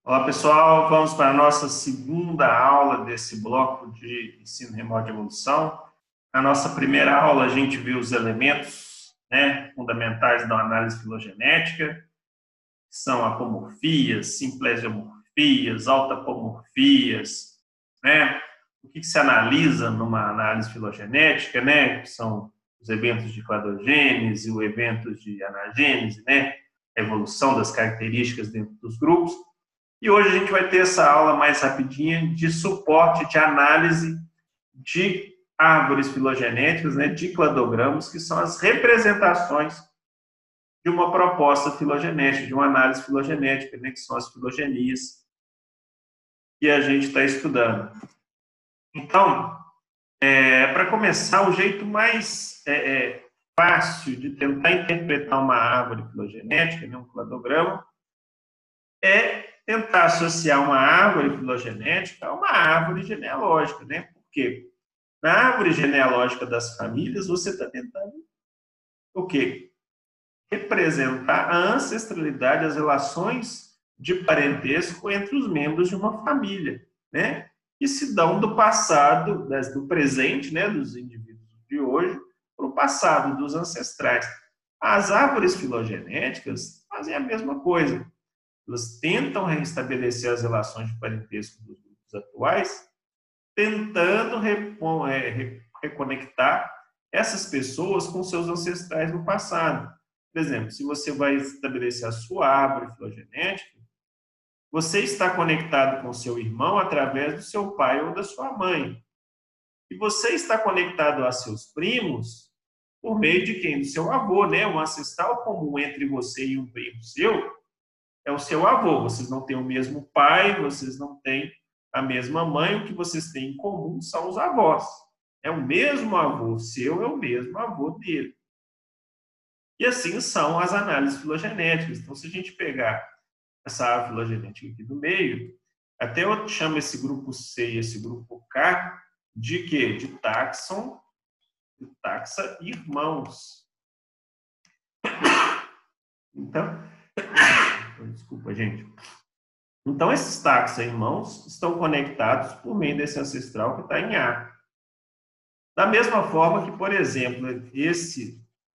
Olá, pessoal. Vamos para a nossa segunda aula desse bloco de ensino remoto de evolução. Na nossa primeira aula, a gente viu os elementos, fundamentais da análise filogenética, que são apomorfias, simplesiomorfias, autapomorfias, né? O que se analisa numa análise filogenética, né? Que são os eventos de cladogênese, os eventos de anagênese, né? A evolução das características dentro dos grupos. E hoje a gente vai ter essa aula mais rapidinha de suporte de análise de árvores filogenéticas, né, de cladogramos, que são as representações de uma proposta filogenética, de uma análise filogenética, né, que são as filogenias que a gente está estudando. Então, para começar, o jeito mais fácil de tentar interpretar uma árvore filogenética, né, um cladograma, é tentar associar uma árvore filogenética a uma árvore genealógica, né? Porque na árvore genealógica das famílias, você está tentando o quê? Representar a ancestralidade, as relações de parentesco entre os membros de uma família, né? Que se dão do passado, do presente, né? Dos indivíduos de hoje, para o passado, dos ancestrais. As árvores filogenéticas fazem a mesma coisa. Elas tentam restabelecer as relações de parentesco dos grupos atuais, tentando reconectar essas pessoas com seus ancestrais no passado. Por exemplo, se você vai estabelecer a sua árvore filogenética, você está conectado com seu irmão através do seu pai ou da sua mãe. E você está conectado a seus primos por meio de quem? Do seu avô, né? Um ancestral comum entre você e um primo seu é o seu avô. Vocês não têm o mesmo pai, vocês não têm a mesma mãe, o que vocês têm em comum são os avós. É o mesmo avô seu, é o mesmo avô dele. E assim são as análises filogenéticas. Então, se a gente pegar essa árvore filogenética aqui do meio, até eu chamo esse grupo C e esse grupo K de quê? De táxon, de taxa irmãos. Então, desculpa, gente. Então, esses taxa irmãos estão conectados por meio desse ancestral que está em A. Da mesma forma que, por exemplo, esse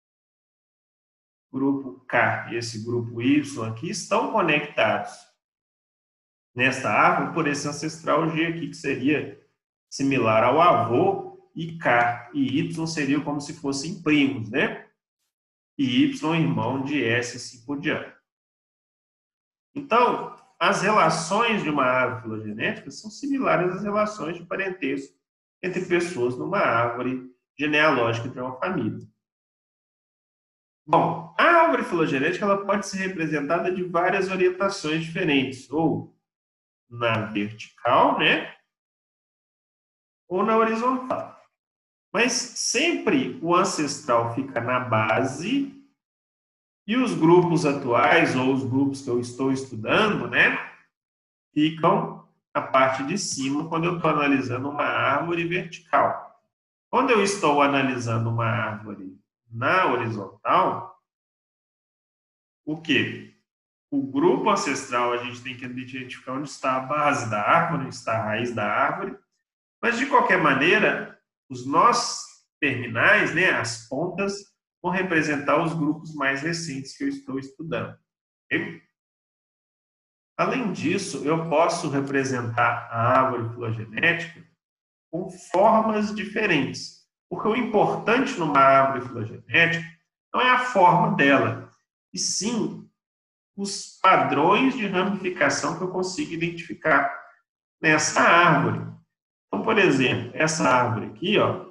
grupo K e esse grupo Y aqui estão conectados nesta árvore por esse ancestral G aqui, que seria similar ao avô, e K e Y seriam como se fossem primos, né? E Y irmão de S, assim por diante. Então, as relações de uma árvore filogenética são similares às relações de parentesco entre pessoas numa árvore genealógica de uma família. Bom, a árvore filogenética ela pode ser representada de várias orientações diferentes, ou na vertical, né? Ou na horizontal. Mas sempre o ancestral fica na base e os grupos atuais, ou os grupos que eu estou estudando, né? Ficam na parte de cima quando eu estou analisando uma árvore vertical. Quando eu estou analisando uma árvore na horizontal, o quê? O grupo ancestral, a gente tem que identificar onde está a base da árvore, onde está a raiz da árvore, mas, de qualquer maneira, os nós terminais, né, as pontas, vão representar os grupos mais recentes que eu estou estudando. Okay? Além disso, eu posso representar a árvore filogenética com formas diferentes. Porque o importante numa árvore filogenética não é a forma dela, e sim os padrões de ramificação que eu consigo identificar nessa árvore. Então, por exemplo, essa árvore aqui, ó,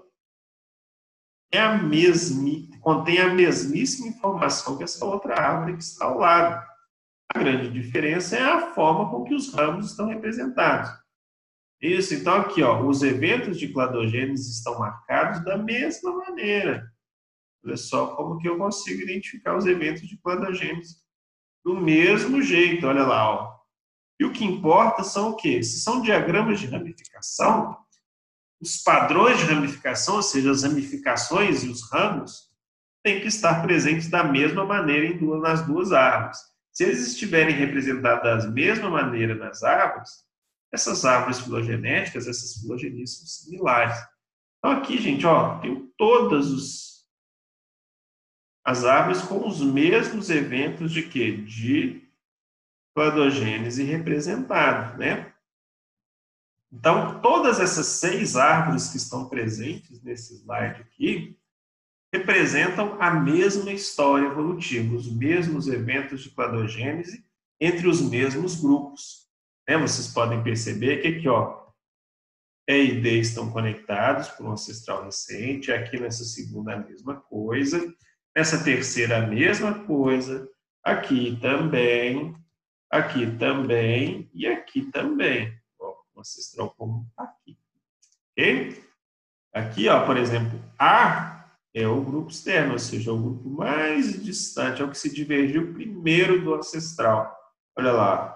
contém a mesmíssima informação que essa outra árvore que está ao lado. A grande diferença é a forma com que os ramos estão representados. Isso, então aqui, ó, os eventos de cladogênese estão marcados da mesma maneira. Olha só como que eu consigo identificar os eventos de cladogênese do mesmo jeito, olha lá, ó. E o que importa são o quê? Se são diagramas de ramificação, os padrões de ramificação, ou seja, as ramificações e os ramos, têm que estar presentes da mesma maneira nas duas árvores. Se eles estiverem representados da mesma maneira nas árvores, essas árvores filogenéticas, essas filogenias são similares. Então aqui, gente, ó, tem todas as árvores com os mesmos eventos de quê? De cladogênese representados, né? Então, todas essas 6 árvores que estão presentes nesse slide aqui representam a mesma história evolutiva, os mesmos eventos de cladogênese entre os mesmos grupos. Né? Vocês podem perceber que aqui, ó, E e D estão conectados por um ancestral recente, aqui nessa segunda a mesma coisa, nessa terceira a mesma coisa, aqui também e aqui também. Ó, o ancestral comum está aqui. Ok? Aqui, ó, por exemplo, A é o grupo externo, ou seja, o grupo mais distante, é o que se divergiu primeiro do ancestral. Olha lá.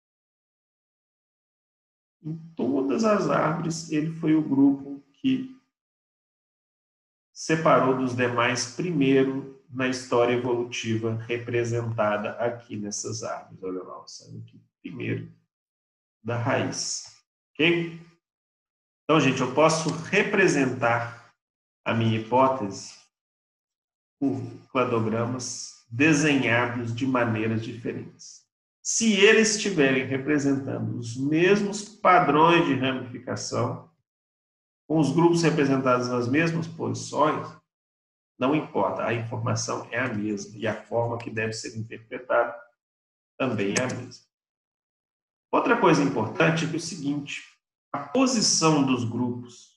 Em todas as árvores, ele foi o grupo que separou dos demais primeiro na história evolutiva representada aqui nessas árvores. Olha lá, saiu aqui primeiro da raiz. Ok? Então, gente, eu posso representar a minha hipótese por cladogramas desenhados de maneiras diferentes. Se eles estiverem representando os mesmos padrões de ramificação, com os grupos representados nas mesmas posições, não importa, a informação é a mesma e a forma que deve ser interpretada também é a mesma. Outra coisa importante é que é o seguinte, a posição dos grupos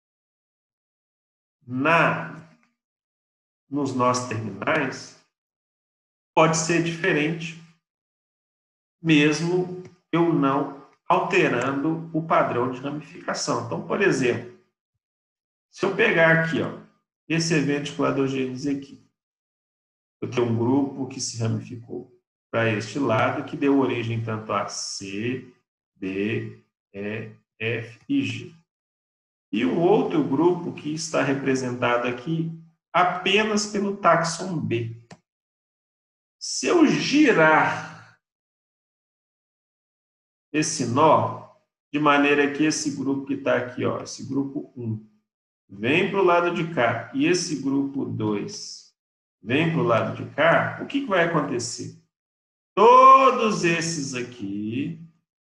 nos nós terminais pode ser diferente, mesmo eu não alterando o padrão de ramificação. Então, por exemplo, se eu pegar aqui, ó, esse evento de cladogênese aqui, eu tenho um grupo que se ramificou para este lado, que deu origem tanto a C, D, E, F e G. E um outro grupo que está representado aqui apenas pelo táxon B. Se eu girar esse nó, de maneira que esse grupo que está aqui, ó, esse grupo 1, vem para o lado de cá, e esse grupo 2 vem para o lado de cá, o que vai acontecer? Todos esses aqui,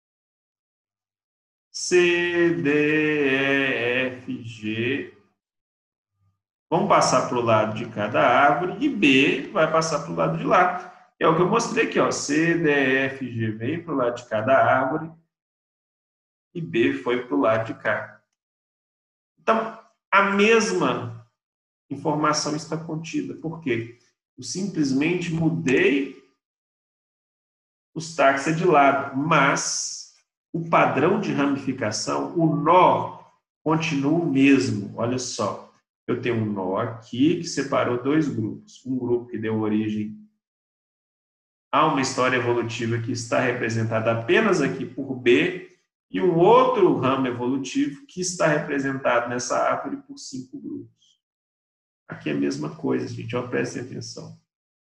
C, D, E, F, G, vão passar para o lado de cada árvore e B vai passar para o lado de lá. É o que eu mostrei aqui, ó. C, D, E, F, G vem para o lado de cada árvore e B foi para o lado de cá. Então, a mesma informação está contida. Por quê? Eu simplesmente mudei os taxa de lado, mas o padrão de ramificação, o nó, continua o mesmo. Olha só, eu tenho um nó aqui que separou 2 grupos. Um grupo que deu origem a uma história evolutiva que está representada apenas aqui por B, e um outro ramo evolutivo que está representado nessa árvore por 5 grupos. Aqui é a mesma coisa, gente, ó, prestem atenção.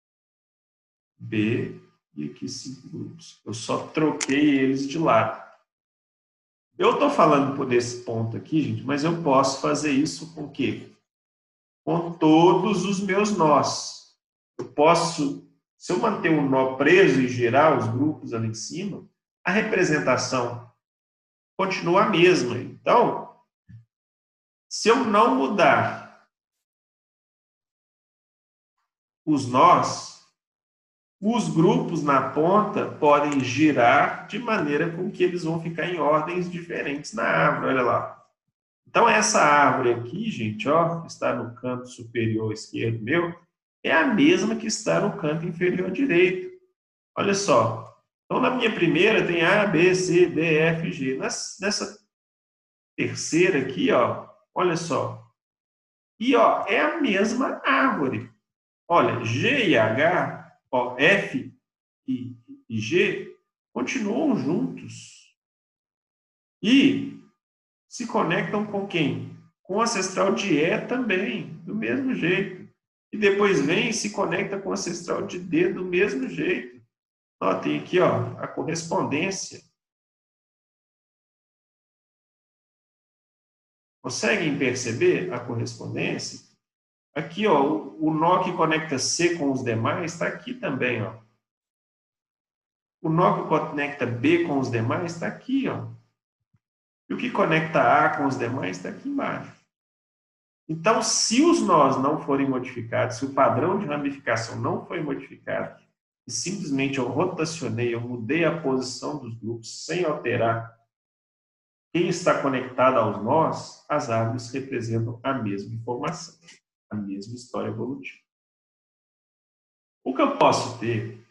B e aqui 5 grupos. Eu só troquei eles de lado. Eu estou falando por esse ponto aqui, gente, mas eu posso fazer isso com o quê? Com todos os meus nós. Eu posso, se eu manter um nó preso e girar os grupos ali em cima, a representação continua a mesma. Então, se eu não mudar os nós, os grupos na ponta podem girar de maneira com que eles vão ficar em ordens diferentes na árvore, olha lá. Então, essa árvore aqui, gente, ó, que está no canto superior esquerdo meu, é a mesma que está no canto inferior direito. Olha só. Então, na minha primeira tem A, B, C, D, F, G. Nessa terceira aqui, ó, olha só. E, ó, é a mesma árvore. Olha, G e H, ó, F e G continuam juntos. E se conectam com quem? Com o ancestral de E também, do mesmo jeito. E depois vem e se conecta com o ancestral de D do mesmo jeito. Notem aqui, ó, a correspondência. Conseguem perceber a correspondência? Aqui, ó, o nó que conecta C com os demais está aqui também, ó. O nó que conecta B com os demais está aqui, ó. E o que conecta A com os demais está aqui embaixo. Então, se os nós não forem modificados, se o padrão de ramificação não foi modificado, e simplesmente eu rotacionei, eu mudei a posição dos grupos sem alterar quem está conectado aos nós, as árvores representam a mesma informação, a mesma história evolutiva. O que eu posso ter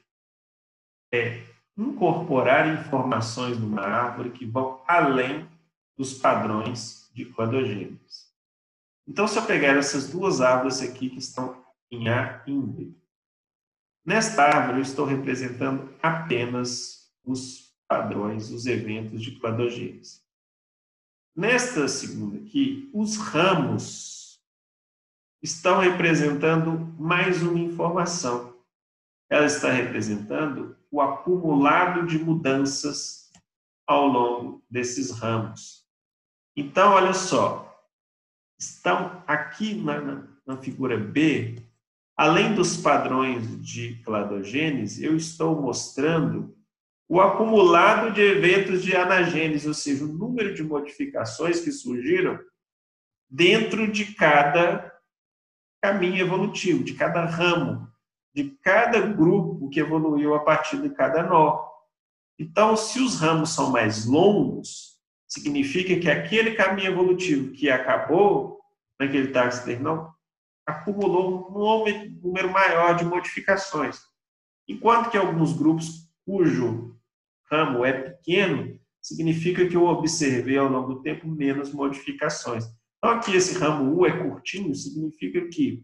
é incorporar informações numa árvore que vão além dos padrões de cladogênese. Então, se eu pegar essas duas árvores aqui que estão em A e em B, nesta árvore eu estou representando apenas os padrões, os eventos de cladogênese. Nesta segunda aqui, os ramos estão representando mais uma informação. Ela está representando o acumulado de mudanças ao longo desses ramos. Então, olha só, estão aqui na figura B, além dos padrões de cladogênese, eu estou mostrando o acumulado de eventos de anagênese, ou seja, o número de modificações que surgiram dentro de cada caminho evolutivo, de cada ramo, de cada grupo que evoluiu a partir de cada nó. Então, se os ramos são mais longos, significa que aquele caminho evolutivo que acabou naquele táxi terminal acumulou um número maior de modificações. Enquanto que alguns grupos cujo ramo é pequeno, significa que eu observei ao longo do tempo menos modificações. Então, aqui esse ramo U é curtinho, significa que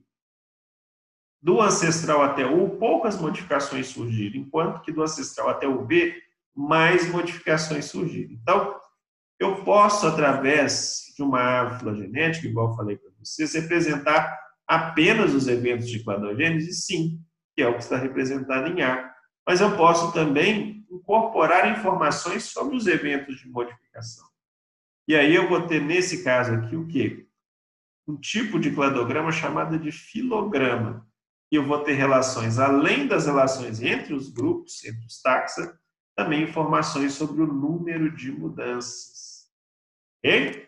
do ancestral até o U, poucas modificações surgiram, enquanto que do ancestral até o B, mais modificações surgiram. Então, eu posso, através de uma árvore filogenética, igual eu falei para vocês, representar apenas os eventos de cladogênese, sim, que é o que está representado em A. Mas eu posso também incorporar informações sobre os eventos de modificação. E aí eu vou ter, nesse caso aqui, o quê? Um tipo de cladograma chamado de filograma. E eu vou ter relações, além das relações entre os grupos, entre os taxa, também informações sobre o número de mudanças. Ok?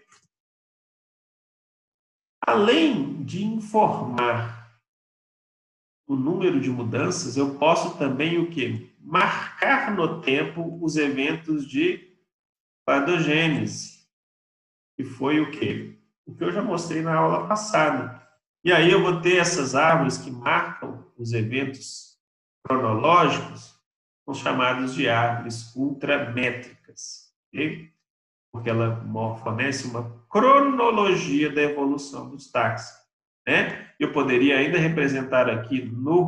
Além de informar o número de mudanças, eu posso também o quê? Marcar no tempo os eventos de cladogênese, que foi o quê? O que eu já mostrei na aula passada. E aí eu vou ter essas árvores que marcam os eventos cronológicos, são chamados de árvores ultramétricas, ok? Porque ela fornece uma cronologia da evolução dos táxis, né? Eu poderia ainda representar aqui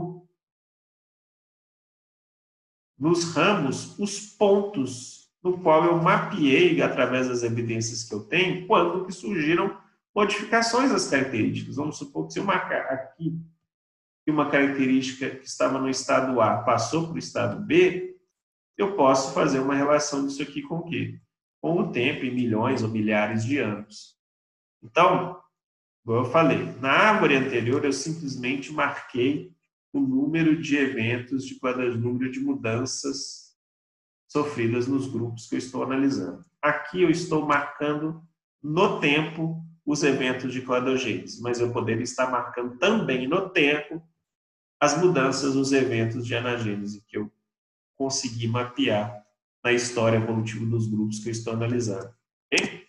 nos ramos os pontos no qual eu mapeei, através das evidências que eu tenho, quando que surgiram modificações das características. Vamos supor que se eu marcar aqui que uma característica que estava no estado A passou para o estado B, eu posso fazer uma relação disso aqui com o quê? Com o tempo, em milhões ou milhares de anos. Então, como eu falei, na árvore anterior eu simplesmente marquei o número de eventos, número de mudanças sofridas nos grupos que eu estou analisando. Aqui eu estou marcando no tempo os eventos de cladogênese, mas eu poderia estar marcando também no tempo as mudanças nos eventos de anagênese que eu consegui mapear na história evolutiva dos grupos que eu estou analisando. Okay?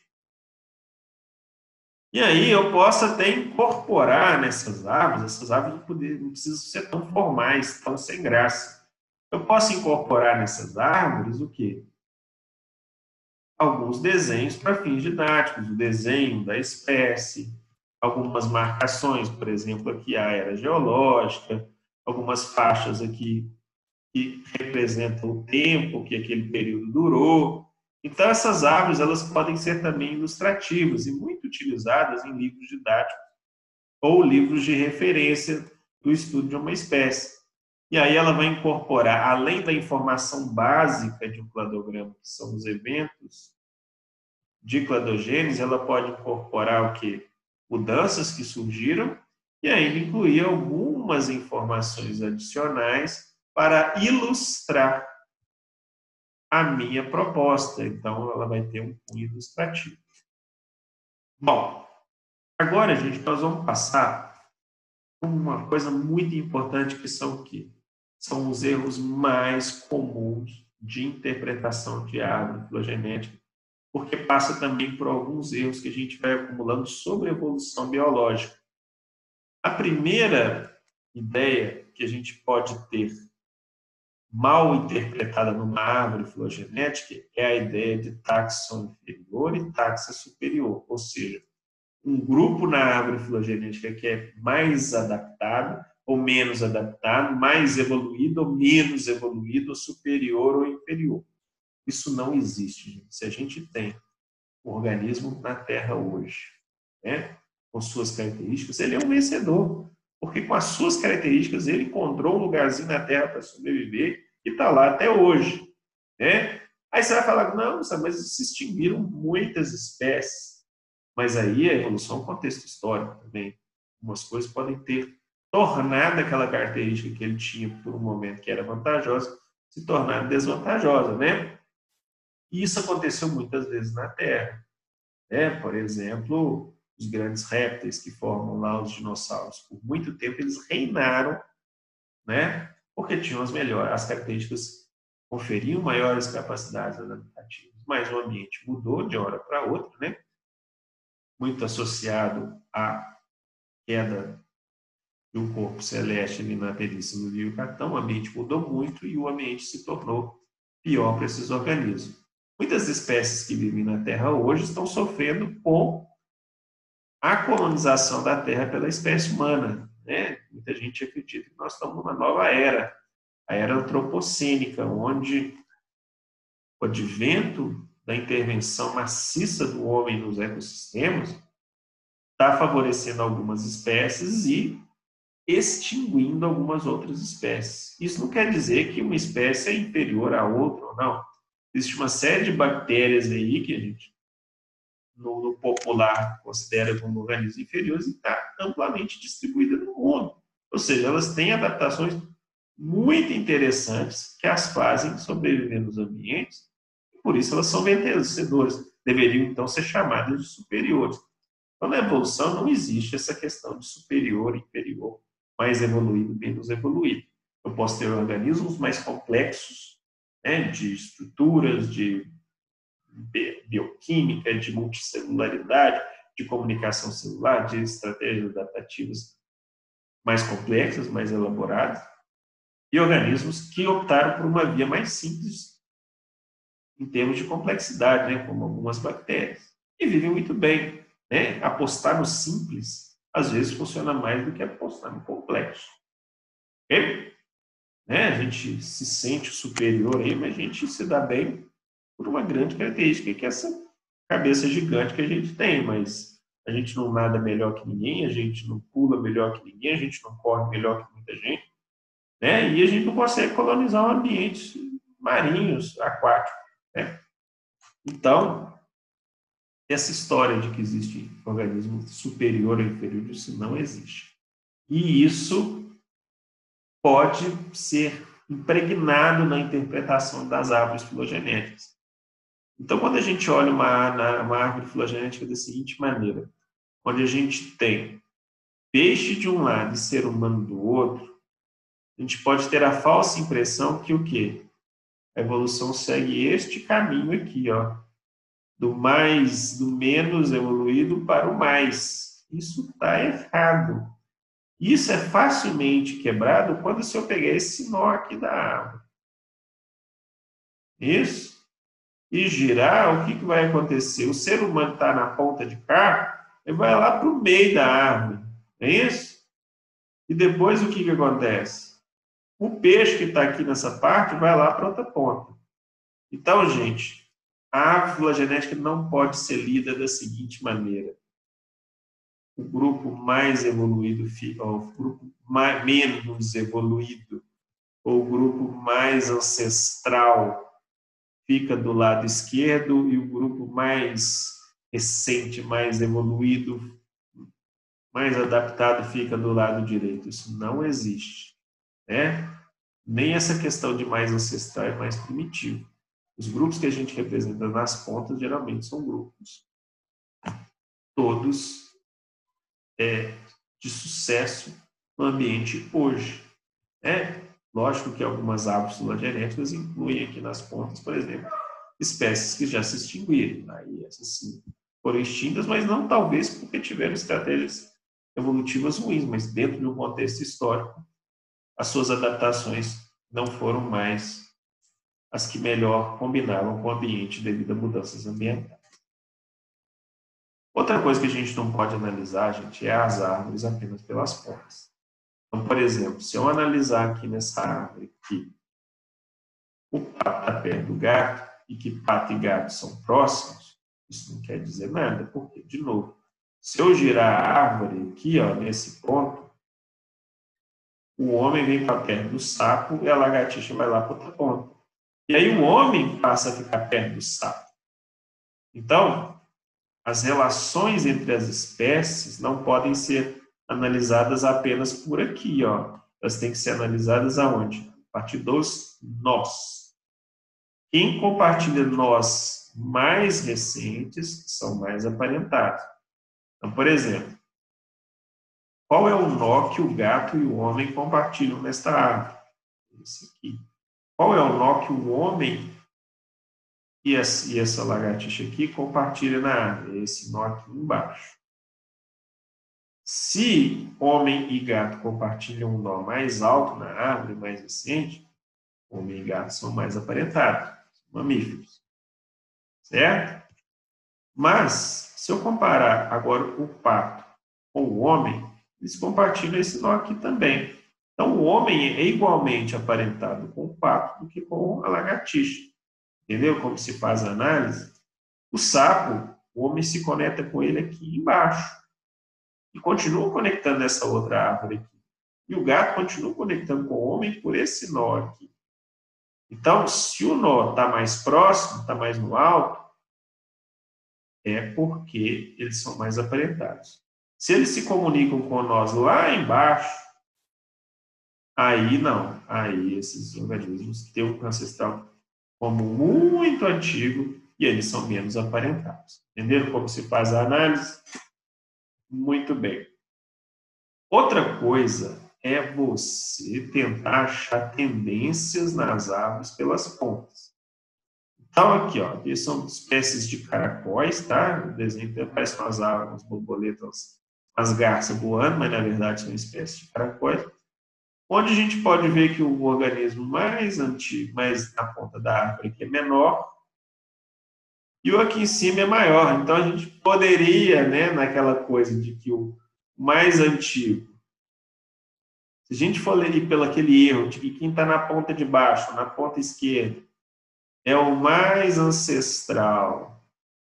E aí eu posso até incorporar nessas árvores, essas árvores não precisam ser tão formais, tão sem graça. Eu posso incorporar nessas árvores o quê? Alguns desenhos para fins didáticos, o desenho da espécie, algumas marcações, por exemplo, aqui a era geológica, algumas faixas aqui que representam o tempo que aquele período durou. Então, essas árvores elas podem ser também ilustrativas e muito utilizadas em livros didáticos ou livros de referência do estudo de uma espécie. E aí ela vai incorporar, além da informação básica de um cladograma, que são os eventos de cladogênese, ela pode incorporar o quê? Mudanças que surgiram e ainda incluir algumas informações adicionais para ilustrar a minha proposta. Então, ela vai ter um cunho ilustrativo. Bom, agora, gente, nós vamos passar por uma coisa muito importante que são o quê? São os erros mais comuns de interpretação de árvore filogenética, porque passa também por alguns erros que a gente vai acumulando sobre a evolução biológica. A primeira ideia que a gente pode ter mal interpretada numa árvore filogenética é a ideia de taxon inferior e taxa superior, ou seja, um grupo na árvore filogenética que é mais adaptado ou menos adaptado, mais evoluído ou menos evoluído, superior ou inferior. Isso não existe, gente. Se a gente tem um organismo na Terra hoje, né, com suas características, ele é um vencedor, porque com as suas características ele encontrou um lugarzinho na Terra para sobreviver e está lá até hoje, né? Aí você vai falar, não, mas se extinguiram muitas espécies, mas aí a evolução é um contexto histórico também. Algumas coisas podem ter tornado aquela característica que ele tinha por um momento que era vantajosa, se tornar desvantajosa, né? E isso aconteceu muitas vezes na Terra, né? Por exemplo, os grandes répteis que formam lá os dinossauros. Por muito tempo eles reinaram, né? Porque tinham as características conferiam maiores capacidades adaptativas. Mas o ambiente mudou de hora para outra, né? Muito associado à queda de um corpo celeste ali na Península do Yucatão, o ambiente mudou muito e o ambiente se tornou pior para esses organismos. Muitas espécies que vivem na Terra hoje estão sofrendo com a colonização da Terra pela espécie humana, né? Muita gente acredita que nós estamos numa nova era, a era antropocênica, onde o advento da intervenção maciça do homem nos ecossistemas está favorecendo algumas espécies e extinguindo algumas outras espécies. Isso não quer dizer que uma espécie é inferior à outra, não. Existe uma série de bactérias aí que a gente, no popular, considera como organismos inferiores e está amplamente distribuída no mundo. Ou seja, elas têm adaptações muito interessantes que as fazem sobreviver nos ambientes e por isso elas são vencedoras. Deveriam, então, ser chamadas de superiores. Então, na evolução não existe essa questão de superior e inferior, mais evoluído, menos evoluído. Eu posso ter organismos mais complexos, né, de estruturas, de bioquímica, de multicelularidade, de comunicação celular, de estratégias adaptativas mais complexas, mais elaboradas, e organismos que optaram por uma via mais simples em termos de complexidade, né, como algumas bactérias, e vivem muito bem. Né? Apostar no simples, às vezes, funciona mais do que apostar no complexo. Okay? Né? A gente se sente superior aí, mas a gente se dá bem por uma grande característica, que é essa cabeça gigante que a gente tem, mas a gente não nada melhor que ninguém, a gente não pula melhor que ninguém, a gente não corre melhor que muita gente, né? E a gente não consegue colonizar um ambientes marinhos, aquáticos, né? Então, essa história de que existe organismo superior ou inferior, isso não existe. E isso pode ser impregnado na interpretação das árvores filogenéticas. Então, quando a gente olha uma árvore filogenética da seguinte maneira, onde a gente tem peixe de um lado e ser humano do outro, a gente pode ter a falsa impressão que o quê? A evolução segue este caminho aqui, ó, do menos evoluído para o mais. Isso está errado. Isso é facilmente quebrado quando se eu pegar esse nó aqui da árvore. Isso. E girar, o que vai acontecer? O ser humano está na ponta de cá, ele vai lá para o meio da árvore. É isso? E depois o que acontece? O peixe que está aqui nessa parte vai lá para outra ponta. Então, gente, a árvore filogenética não pode ser lida da seguinte maneira: o grupo mais evoluído, o grupo menos evoluído ou o grupo mais ancestral fica do lado esquerdo e o grupo mais recente, mais evoluído, mais adaptado fica do lado direito. Isso não existe, né? Nem essa questão de mais ancestral e mais primitivo. Os grupos que a gente representa nas pontas geralmente são grupos todos de sucesso no ambiente hoje. Lógico que algumas árvores filogenéticas incluem aqui nas pontas, por exemplo, espécies que já se extinguiram. Aí essas sim foram extintas, mas não talvez porque tiveram estratégias evolutivas ruins, mas dentro de um contexto histórico, as suas adaptações não foram mais as que melhor combinavam com o ambiente devido a mudanças ambientais. Outra coisa que a gente não pode analisar, gente, é as árvores apenas pelas pontas. Então, por exemplo, se eu analisar aqui nessa árvore aqui, o pato está perto do gato e que pato e gato são próximos, isso não quer dizer nada, porque, de novo, se eu girar a árvore aqui, ó, nesse ponto, o homem vem para perto do sapo e a lagartixa vai lá para outra ponta. E aí o homem passa a ficar perto do sapo. Então, as relações entre as espécies não podem ser analisadas apenas por aqui, ó. Elas têm que ser analisadas aonde? A partir dos nós. Quem compartilha nós mais recentes são mais aparentados. Então, por exemplo, qual é o nó que o gato e o homem compartilham nesta árvore? Esse aqui. Qual é o nó que o homem e essa lagartixa aqui compartilham na árvore? Esse nó aqui embaixo. Se homem e gato compartilham um nó mais alto na árvore, mais recente, homem e gato são mais aparentados, mamíferos. Certo? Mas, se eu comparar agora o pato com o homem, eles compartilham esse nó aqui também. Então, o homem é igualmente aparentado com o pato do que com a lagartixa. Entendeu como se faz a análise? O sapo, o homem se conecta com ele aqui embaixo. E continua conectando essa outra árvore aqui. E o gato continua conectando com o homem por esse nó aqui. Então, se o nó está mais próximo, está mais no alto, é porque eles são mais aparentados. Se eles se comunicam com nós lá embaixo, aí não. Aí esses organismos têm um ancestral como muito antigo e eles são menos aparentados. Entenderam como se faz a análise? Muito bem. Outra coisa é você tentar achar tendências nas árvores pelas pontas. Então, aqui, ó, aqui são espécies de caracóis, tá? O desenho parece umas aves, umas borboletas, umas garças voando, mas na verdade são espécies de caracóis. Onde a gente pode ver que o organismo mais antigo, mais na ponta da árvore, que é menor, e o aqui em cima é maior. Então, a gente poderia, né, naquela coisa de que o mais antigo, se a gente for ler pelo aquele erro de que quem está na ponta de baixo, na ponta esquerda, é o mais ancestral,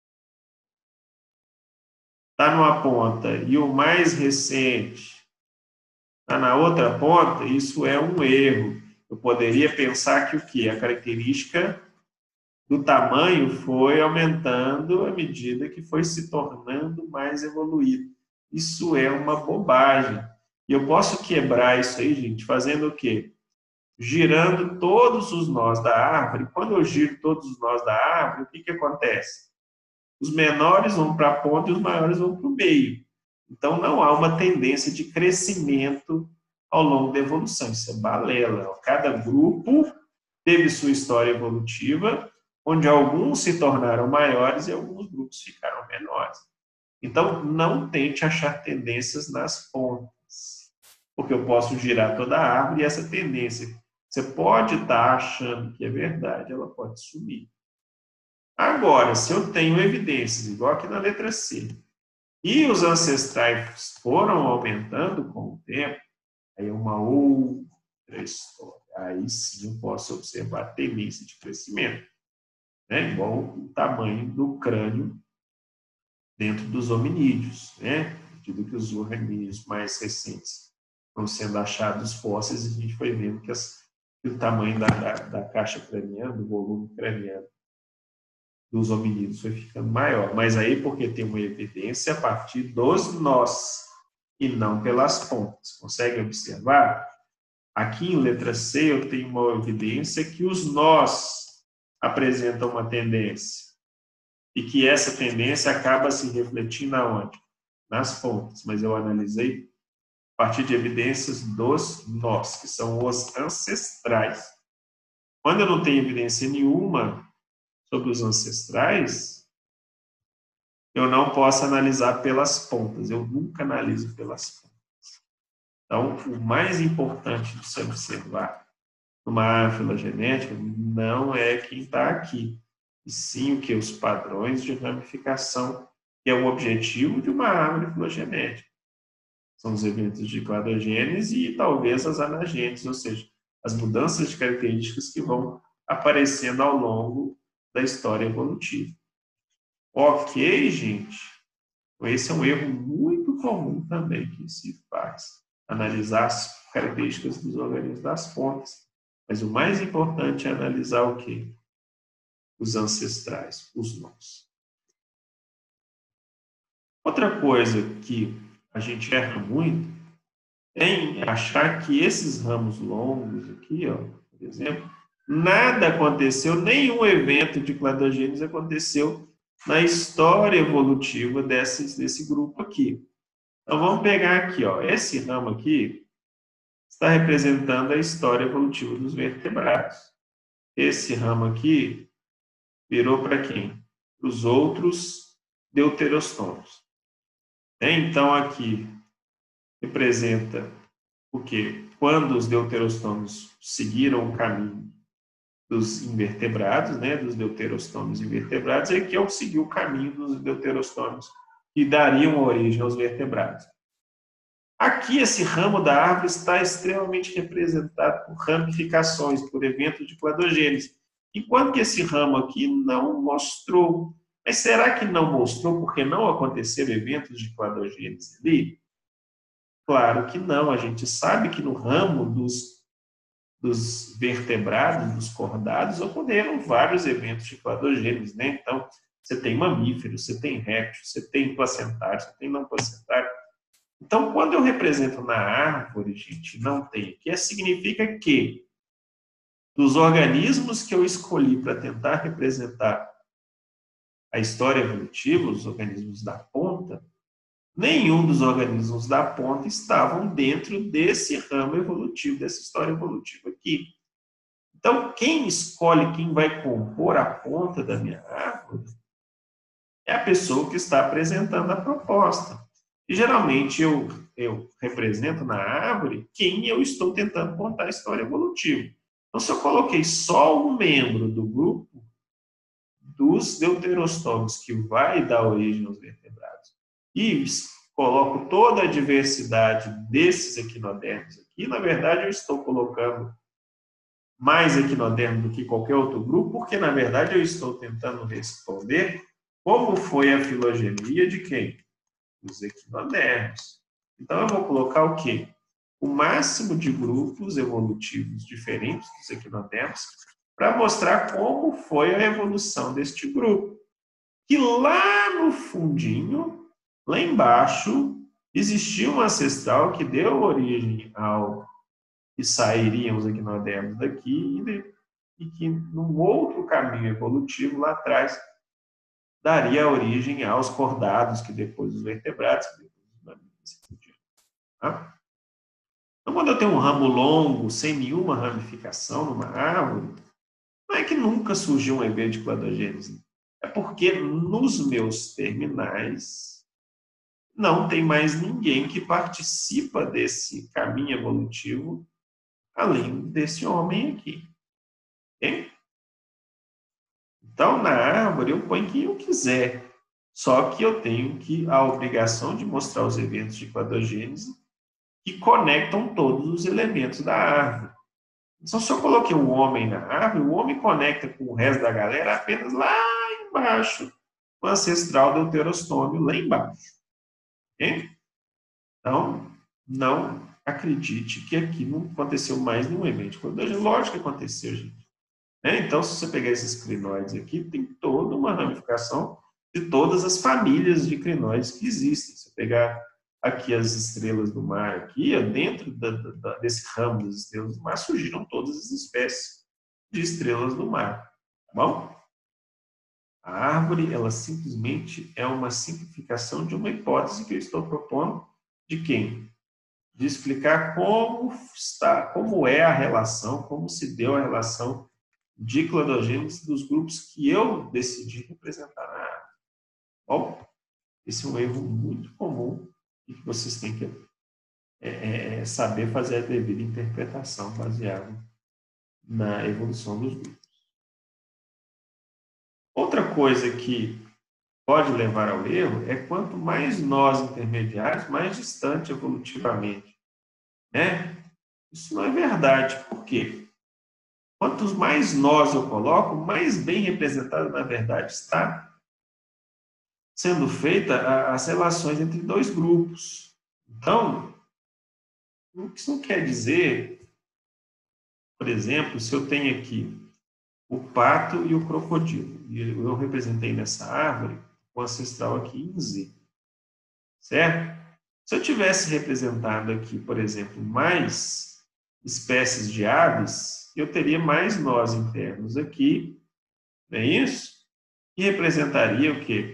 está numa ponta, e o mais recente está na outra ponta, isso é um erro. Eu poderia pensar que o quê? A característica do tamanho foi aumentando à medida que foi se tornando mais evoluído. Isso é uma bobagem. E eu posso quebrar isso aí, gente, fazendo o quê? Girando todos os nós da árvore. Quando eu giro todos os nós da árvore, o que acontece? Os menores vão para a ponta e os maiores vão para o meio. Então, não há uma tendência de crescimento ao longo da evolução. Isso é balela. Cada grupo teve sua história evolutiva, onde alguns se tornaram maiores e alguns grupos ficaram menores. Então, não tente achar tendências nas pontas, porque eu posso girar toda a árvore e essa tendência, você pode estar achando que é verdade, ela pode sumir. Agora, se eu tenho evidências, igual aqui na letra C, e os ancestrais foram aumentando com o tempo, aí é uma outra história. Aí sim eu posso observar a tendência de crescimento, né? Igual o tamanho do crânio dentro dos hominídeos, né? À medida que os organismos mais recentes vão sendo achados fósseis, a gente foi vendo que as o tamanho da caixa craniana, do volume craniano dos hominídeos foi ficando maior. Mas aí porque tem uma evidência a partir dos nós e não pelas pontas. Consegue observar? Aqui em letra C eu tenho uma evidência que os nós apresentam uma tendência e que essa tendência acaba se refletindo aonde? Nas pontas. Mas eu analisei a partir de evidências dos nós, que são os ancestrais. Quando eu não tenho evidência nenhuma sobre os ancestrais, eu não posso analisar pelas pontas. Eu nunca analiso pelas pontas. Então, o mais importante de se observar numa árvore filogenética não é quem está aqui, e sim o que? Os padrões de ramificação, que é o objetivo de uma árvore filogenética. São os eventos de cladogênese e talvez as anagêneses, ou seja, as mudanças de características que vão aparecendo ao longo da história evolutiva. Ok, gente? Esse é um erro muito comum também que se faz. Analisar as características dos organismos das pontas. Mas o mais importante é analisar o quê? Os ancestrais, os nós. Outra coisa que a gente erra muito é em achar que esses ramos longos aqui, ó, por exemplo, nada aconteceu, nenhum evento de cladogênese aconteceu na história evolutiva desse grupo aqui. Então vamos pegar aqui, ó, esse ramo aqui está representando a história evolutiva dos vertebrados. Esse ramo aqui virou para quem? Para os outros deuterostômios. Então aqui representa o quê? Quando os deuterostômios seguiram o caminho dos invertebrados, né, dos deuterostômios invertebrados, é que eu segui o caminho dos deuterostômios que dariam origem aos vertebrados. Aqui, esse ramo da árvore está extremamente representado por ramificações, por eventos de cladogênese, enquanto que esse ramo aqui não mostrou. Mas será que não mostrou porque não aconteceram eventos de cladogênese ali? Claro que não. A gente sabe que no ramo dos vertebrados, dos cordados, ocorreram vários eventos de cladogênese, né? Então, você tem mamíferos, você tem répteis, você tem placentários, você tem não placentários. Então, quando eu represento na árvore, gente, não tem aqui, significa que dos organismos que eu escolhi para tentar representar a história evolutiva, os organismos da ponta, nenhum dos organismos da ponta estavam dentro desse ramo evolutivo, dessa história evolutiva aqui. Então, quem escolhe quem vai compor a ponta da minha árvore é a pessoa que está apresentando a proposta. E geralmente eu represento na árvore quem eu estou tentando contar a história evolutiva. Então, se eu coloquei só um membro do grupo dos deuterostômios que vai dar origem aos vertebrados e coloco toda a diversidade desses equinodermos aqui, na verdade eu estou colocando mais equinodermo do que qualquer outro grupo, porque na verdade eu estou tentando responder como foi a filogenia de quem? Dos equinodermos. Então, eu vou colocar o quê? O máximo de grupos evolutivos diferentes dos equinodermos para mostrar como foi a evolução deste grupo. Que lá no fundinho, lá embaixo, existia um ancestral que deu origem ao que sairiam os equinodermos daqui e que, num outro caminho evolutivo lá atrás, daria origem aos cordados, que depois os vertebrados, que depois os mamíferos. Tá? Então, quando eu tenho um ramo longo, sem nenhuma ramificação numa árvore, não é que nunca surgiu um evento de cladogênese. É porque nos meus terminais não tem mais ninguém que participa desse caminho evolutivo além desse homem aqui. Okay? Então, na árvore, eu ponho quem eu quiser. Só que eu tenho a obrigação de mostrar os eventos de cladogênese que conectam todos os elementos da árvore. Então, se eu coloquei um homem na árvore, o homem conecta com o resto da galera apenas lá embaixo, o ancestral deuterostômio lá embaixo. Okay? Então, não acredite que aqui não aconteceu mais nenhum evento de clonagem. Lógico que aconteceu, gente. Então, se você pegar esses crinoides aqui, tem toda uma ramificação de todas as famílias de crinoides que existem. Se você pegar aqui as estrelas do mar, aqui, dentro desse ramo das estrelas do mar, surgiram todas as espécies de estrelas do mar. Tá bom? A árvore, ela simplesmente é uma simplificação de uma hipótese que eu estou propondo de quem? De explicar como está, como é a relação, como se deu a relação de cladogênese dos grupos que eu decidi representar na árvore. Bom, esse é um erro muito comum e que vocês têm que saber fazer a devida interpretação baseada na evolução dos grupos. Outra coisa que pode levar ao erro é quanto mais nós intermediários, mais distante evolutivamente. Né? Isso não é verdade. Por quê? Quantos mais nós eu coloco, mais bem representado, na verdade, está sendo feita as relações entre dois grupos. Então, o que isso não quer dizer, por exemplo, se eu tenho aqui o pato e o crocodilo, e eu representei nessa árvore o ancestral aqui em Z, certo? Se eu tivesse representado aqui, por exemplo, mais espécies de aves, eu teria mais nós internos aqui, não é isso? E representaria o quê?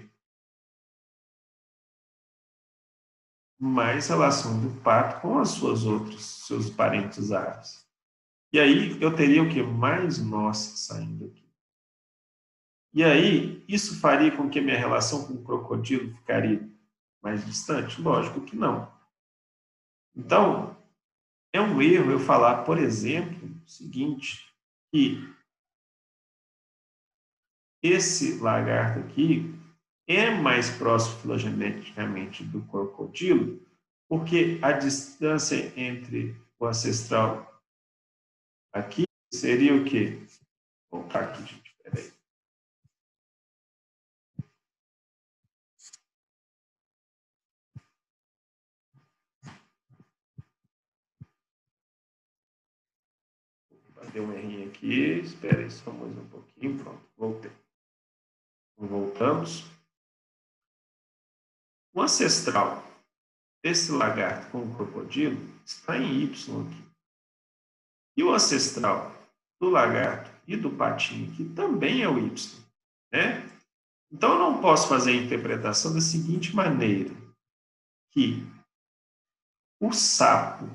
Mais relação do pato com as suas seus parentes aves. E aí eu teria o quê? Mais nós saindo aqui. E aí, isso faria com que a minha relação com o crocodilo ficaria mais distante? Lógico que não. Então, é um erro eu falar, por exemplo, o seguinte, que esse lagarto aqui é mais próximo filogeneticamente do crocodilo, porque a distância entre o ancestral aqui seria o quê? Vou voltar aqui, gente, peraí. Deu um errinho aqui, espera aí só mais um pouquinho, pronto, voltei. Voltamos. O ancestral desse lagarto com o crocodilo está em Y aqui. E o ancestral do lagarto e do patinho aqui também é o Y, né? Então, eu não posso fazer a interpretação da seguinte maneira, que o sapo,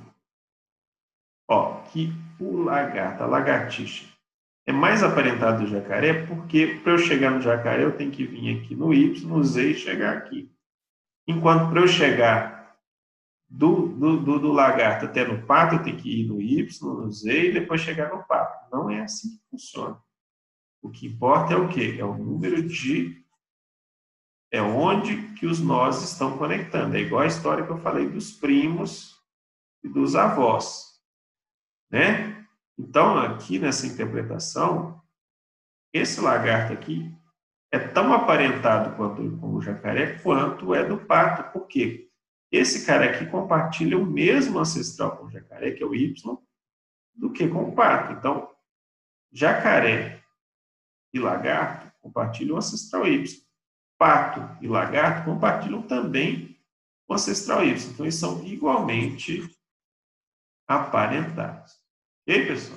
que o lagarto, a lagartixa, é mais aparentado do jacaré, porque para eu chegar no jacaré, eu tenho que vir aqui no Y, no Z e chegar aqui. Enquanto para eu chegar do lagarto até no pato, eu tenho que ir no Y, no Z e depois chegar no pato. Não é assim que funciona. O que importa é o quê? É o número de... É onde que os nós estão conectando. É igual a história que eu falei dos primos e dos avós. Né? Então, aqui nessa interpretação, esse lagarto aqui é tão aparentado quanto com o jacaré, quanto é do pato. Por quê? Esse cara aqui compartilha o mesmo ancestral com o jacaré, que é o Y, do que com o pato. Então, jacaré e lagarto compartilham o ancestral Y. Pato e lagarto compartilham também o ancestral Y. Então, eles são igualmente aparentados. E aí, pessoal?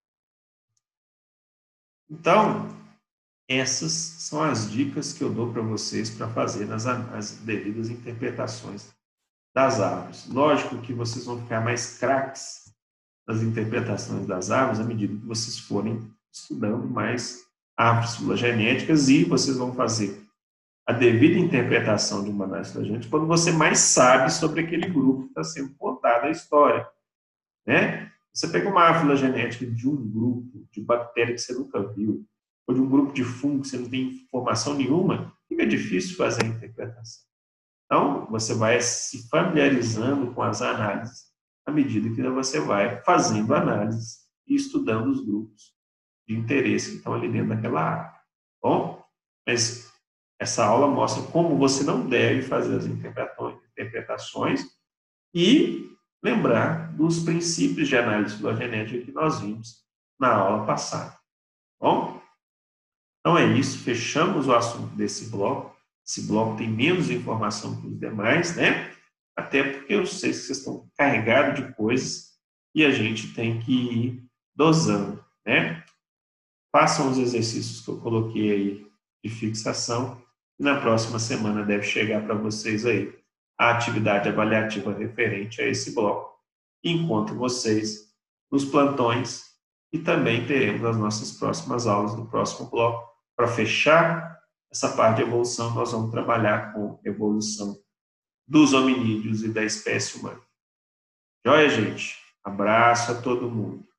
Então, essas são as dicas que eu dou para vocês para fazer as devidas interpretações das árvores. Lógico que vocês vão ficar mais craques nas interpretações das árvores à medida que vocês forem estudando mais árvores filogenéticas e vocês vão fazer a devida interpretação de uma análise filogenética quando você mais sabe sobre aquele grupo que está sendo contada a história. Né? Você pega uma árvore filogenética de um grupo de bactéria que você nunca viu, ou de um grupo de fungo que você não tem informação nenhuma, fica difícil fazer a interpretação. Então, você vai se familiarizando com as análises à medida que você vai fazendo análises e estudando os grupos de interesse que estão ali dentro daquela árvore. Bom, mas essa aula mostra como você não deve fazer as interpretações e lembrar dos princípios de análise filogenética que nós vimos na aula passada. Bom? Então é isso, fechamos o assunto desse bloco. Esse bloco tem menos informação que os demais, né? Até porque eu sei que vocês estão carregados de coisas e a gente tem que ir dosando, né? Façam os exercícios que eu coloquei aí de fixação e na próxima semana deve chegar para vocês aí a atividade avaliativa referente a esse bloco. Encontro vocês nos plantões e também teremos as nossas próximas aulas no próximo bloco. Para fechar essa parte de evolução, nós vamos trabalhar com evolução dos hominídeos e da espécie humana. Joia, gente? Abraço a todo mundo.